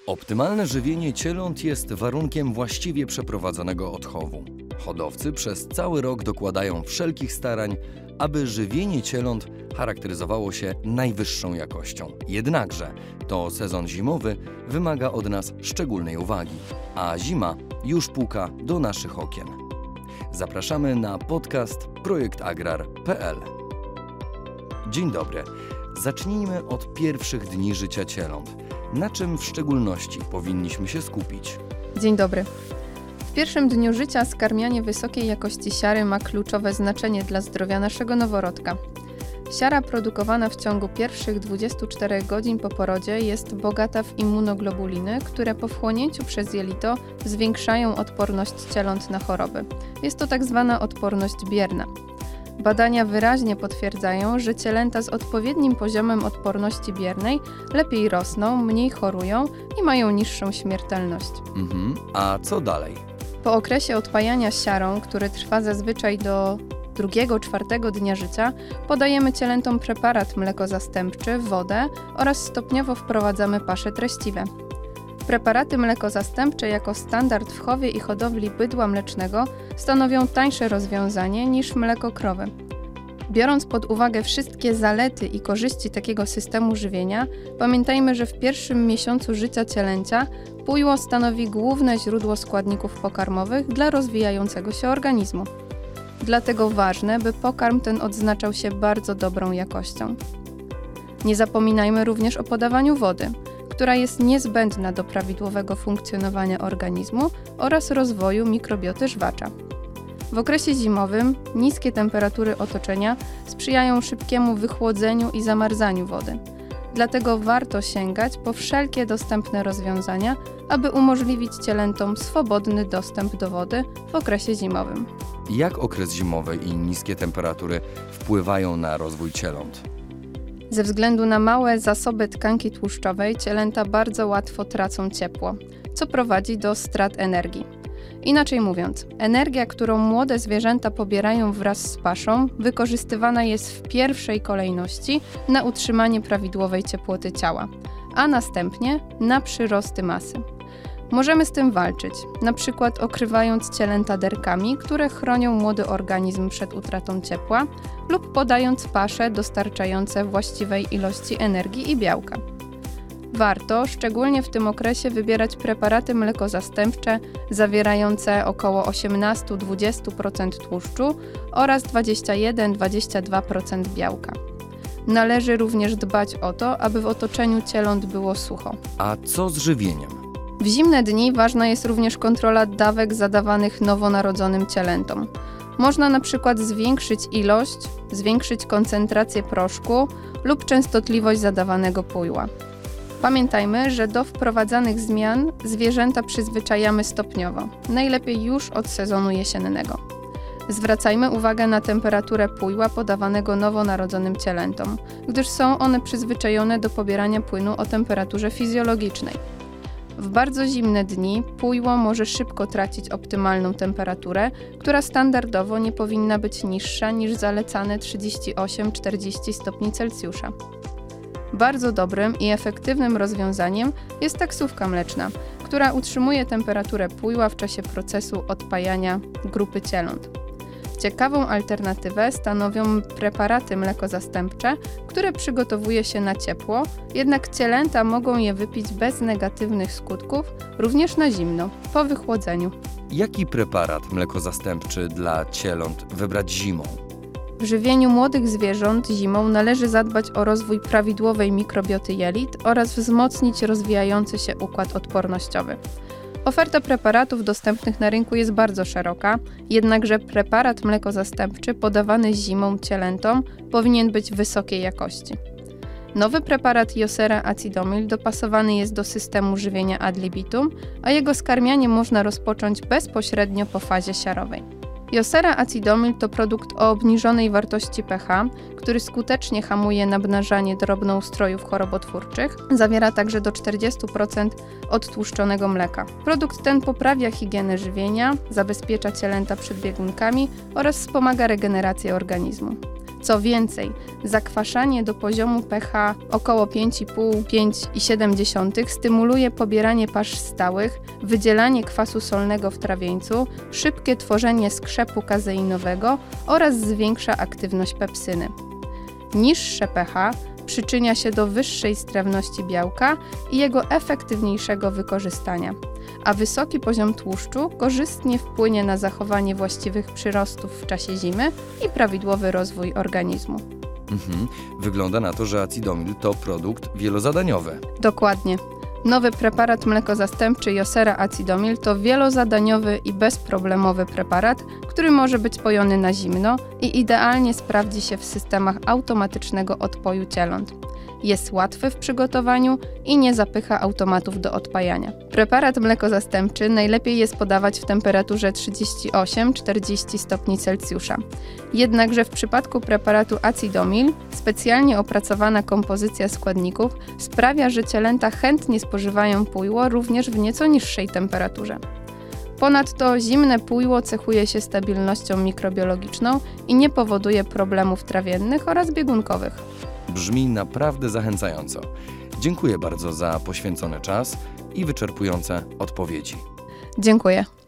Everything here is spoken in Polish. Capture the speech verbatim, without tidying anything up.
Optymalne żywienie cieląt jest warunkiem właściwie przeprowadzonego odchowu. Hodowcy przez cały rok dokładają wszelkich starań, aby żywienie cieląt charakteryzowało się najwyższą jakością. Jednakże to sezon zimowy wymaga od nas szczególnej uwagi, a zima już puka do naszych okien. Zapraszamy na podcast projekt agrar kropka p l. Dzień dobry. Zacznijmy od pierwszych dni życia cieląt. Na czym w szczególności powinniśmy się skupić? Dzień dobry. W pierwszym dniu życia skarmianie wysokiej jakości siary ma kluczowe znaczenie dla zdrowia naszego noworodka. Siara produkowana w ciągu pierwszych dwudziestu czterech godzin po porodzie jest bogata w immunoglobuliny, które po wchłonięciu przez jelito zwiększają odporność cieląt na choroby. Jest to tak zwana odporność bierna. Badania wyraźnie potwierdzają, że cielęta z odpowiednim poziomem odporności biernej lepiej rosną, mniej chorują i mają niższą śmiertelność. Mhm. A co dalej? Po okresie odpajania siarą, który trwa zazwyczaj do drugiego, czwartego dnia życia, podajemy cielętom preparat mlekozastępczy, wodę oraz stopniowo wprowadzamy pasze treściwe. Preparaty mlekozastępcze jako standard w chowie i hodowli bydła mlecznego stanowią tańsze rozwiązanie niż mleko krowy. Biorąc pod uwagę wszystkie zalety i korzyści takiego systemu żywienia, pamiętajmy, że w pierwszym miesiącu życia cielęcia pójło stanowi główne źródło składników pokarmowych dla rozwijającego się organizmu. Dlatego ważne, by pokarm ten odznaczał się bardzo dobrą jakością. Nie zapominajmy również o podawaniu wody, która jest niezbędna do prawidłowego funkcjonowania organizmu oraz rozwoju mikrobioty żwacza. W okresie zimowym niskie temperatury otoczenia sprzyjają szybkiemu wychłodzeniu i zamarzaniu wody. Dlatego warto sięgać po wszelkie dostępne rozwiązania, aby umożliwić cielętom swobodny dostęp do wody w okresie zimowym. Jak okres zimowy i niskie temperatury wpływają na rozwój cieląt? Ze względu na małe zasoby tkanki tłuszczowej cielęta bardzo łatwo tracą ciepło, co prowadzi do strat energii. Inaczej mówiąc, energia, którą młode zwierzęta pobierają wraz z paszą, wykorzystywana jest w pierwszej kolejności na utrzymanie prawidłowej ciepłoty ciała, a następnie na przyrosty masy. Możemy z tym walczyć, na przykład okrywając cielęta derkami, które chronią młody organizm przed utratą ciepła, lub podając pasze dostarczające właściwej ilości energii i białka. Warto, szczególnie w tym okresie, wybierać preparaty mlekozastępcze zawierające około osiemnaście do dwudziestu procent tłuszczu oraz dwadzieścia jeden do dwudziestu dwóch procent białka. Należy również dbać o to, aby w otoczeniu cieląt było sucho. A co z żywieniem? W zimne dni ważna jest również kontrola dawek zadawanych nowonarodzonym cielętom. Można na przykład zwiększyć ilość, zwiększyć koncentrację proszku lub częstotliwość zadawanego pójła. Pamiętajmy, że do wprowadzanych zmian zwierzęta przyzwyczajamy stopniowo, najlepiej już od sezonu jesiennego. Zwracajmy uwagę na temperaturę pójła podawanego nowonarodzonym cielętom, gdyż są one przyzwyczajone do pobierania płynu o temperaturze fizjologicznej. W bardzo zimne dni pójło może szybko tracić optymalną temperaturę, która standardowo nie powinna być niższa niż zalecane trzydzieści osiem do czterdziestu stopni Celsjusza. Bardzo dobrym i efektywnym rozwiązaniem jest taksówka mleczna, która utrzymuje temperaturę pójła w czasie procesu odpajania grupy cieląt. Ciekawą alternatywę stanowią preparaty mlekozastępcze, które przygotowuje się na ciepło, jednak cielęta mogą je wypić bez negatywnych skutków, również na zimno, po wychłodzeniu. Jaki preparat mlekozastępczy dla cieląt wybrać zimą? W żywieniu młodych zwierząt zimą należy zadbać o rozwój prawidłowej mikrobioty jelit oraz wzmocnić rozwijający się układ odpornościowy. Oferta preparatów dostępnych na rynku jest bardzo szeroka, jednakże preparat mlekozastępczy podawany zimą cielętom powinien być wysokiej jakości. Nowy preparat Ioseria Acidomyl dopasowany jest do systemu żywienia ad libitum, a jego skarmianie można rozpocząć bezpośrednio po fazie siarowej. Ioseria Acidomyl to produkt o obniżonej wartości pH, który skutecznie hamuje nabnażanie drobnoustrojów chorobotwórczych. Zawiera także do czterdziestu procent odtłuszczonego mleka. Produkt ten poprawia higienę żywienia, zabezpiecza cielęta przed biegunkami oraz wspomaga regenerację organizmu. Co więcej, zakwaszanie do poziomu pH około pięć i pół do pięciu przecinek siedem stymuluje pobieranie pasz stałych, wydzielanie kwasu solnego w trawieńcu, szybkie tworzenie skrzepu kazeinowego oraz zwiększa aktywność pepsyny. Niższe pH przyczynia się do wyższej strawności białka i jego efektywniejszego wykorzystania, a wysoki poziom tłuszczu korzystnie wpłynie na zachowanie właściwych przyrostów w czasie zimy i prawidłowy rozwój organizmu. Mhm. Wygląda na to, że acidomil to produkt wielozadaniowy. Dokładnie. Nowy preparat mlekozastępczy Josera Acidomil to wielozadaniowy i bezproblemowy preparat, który może być pojony na zimno i idealnie sprawdzi się w systemach automatycznego odpoju cieląt. Jest łatwy w przygotowaniu i nie zapycha automatów do odpajania. Preparat mlekozastępczy najlepiej jest podawać w temperaturze trzydzieści osiem do czterdziestu stopni Celsjusza. Jednakże w przypadku preparatu Acidomil specjalnie opracowana kompozycja składników sprawia, że cielęta chętnie spożywają pujło również w nieco niższej temperaturze. Ponadto zimne pujło cechuje się stabilnością mikrobiologiczną i nie powoduje problemów trawiennych oraz biegunkowych. Brzmi naprawdę zachęcająco. Dziękuję bardzo za poświęcony czas i wyczerpujące odpowiedzi. Dziękuję.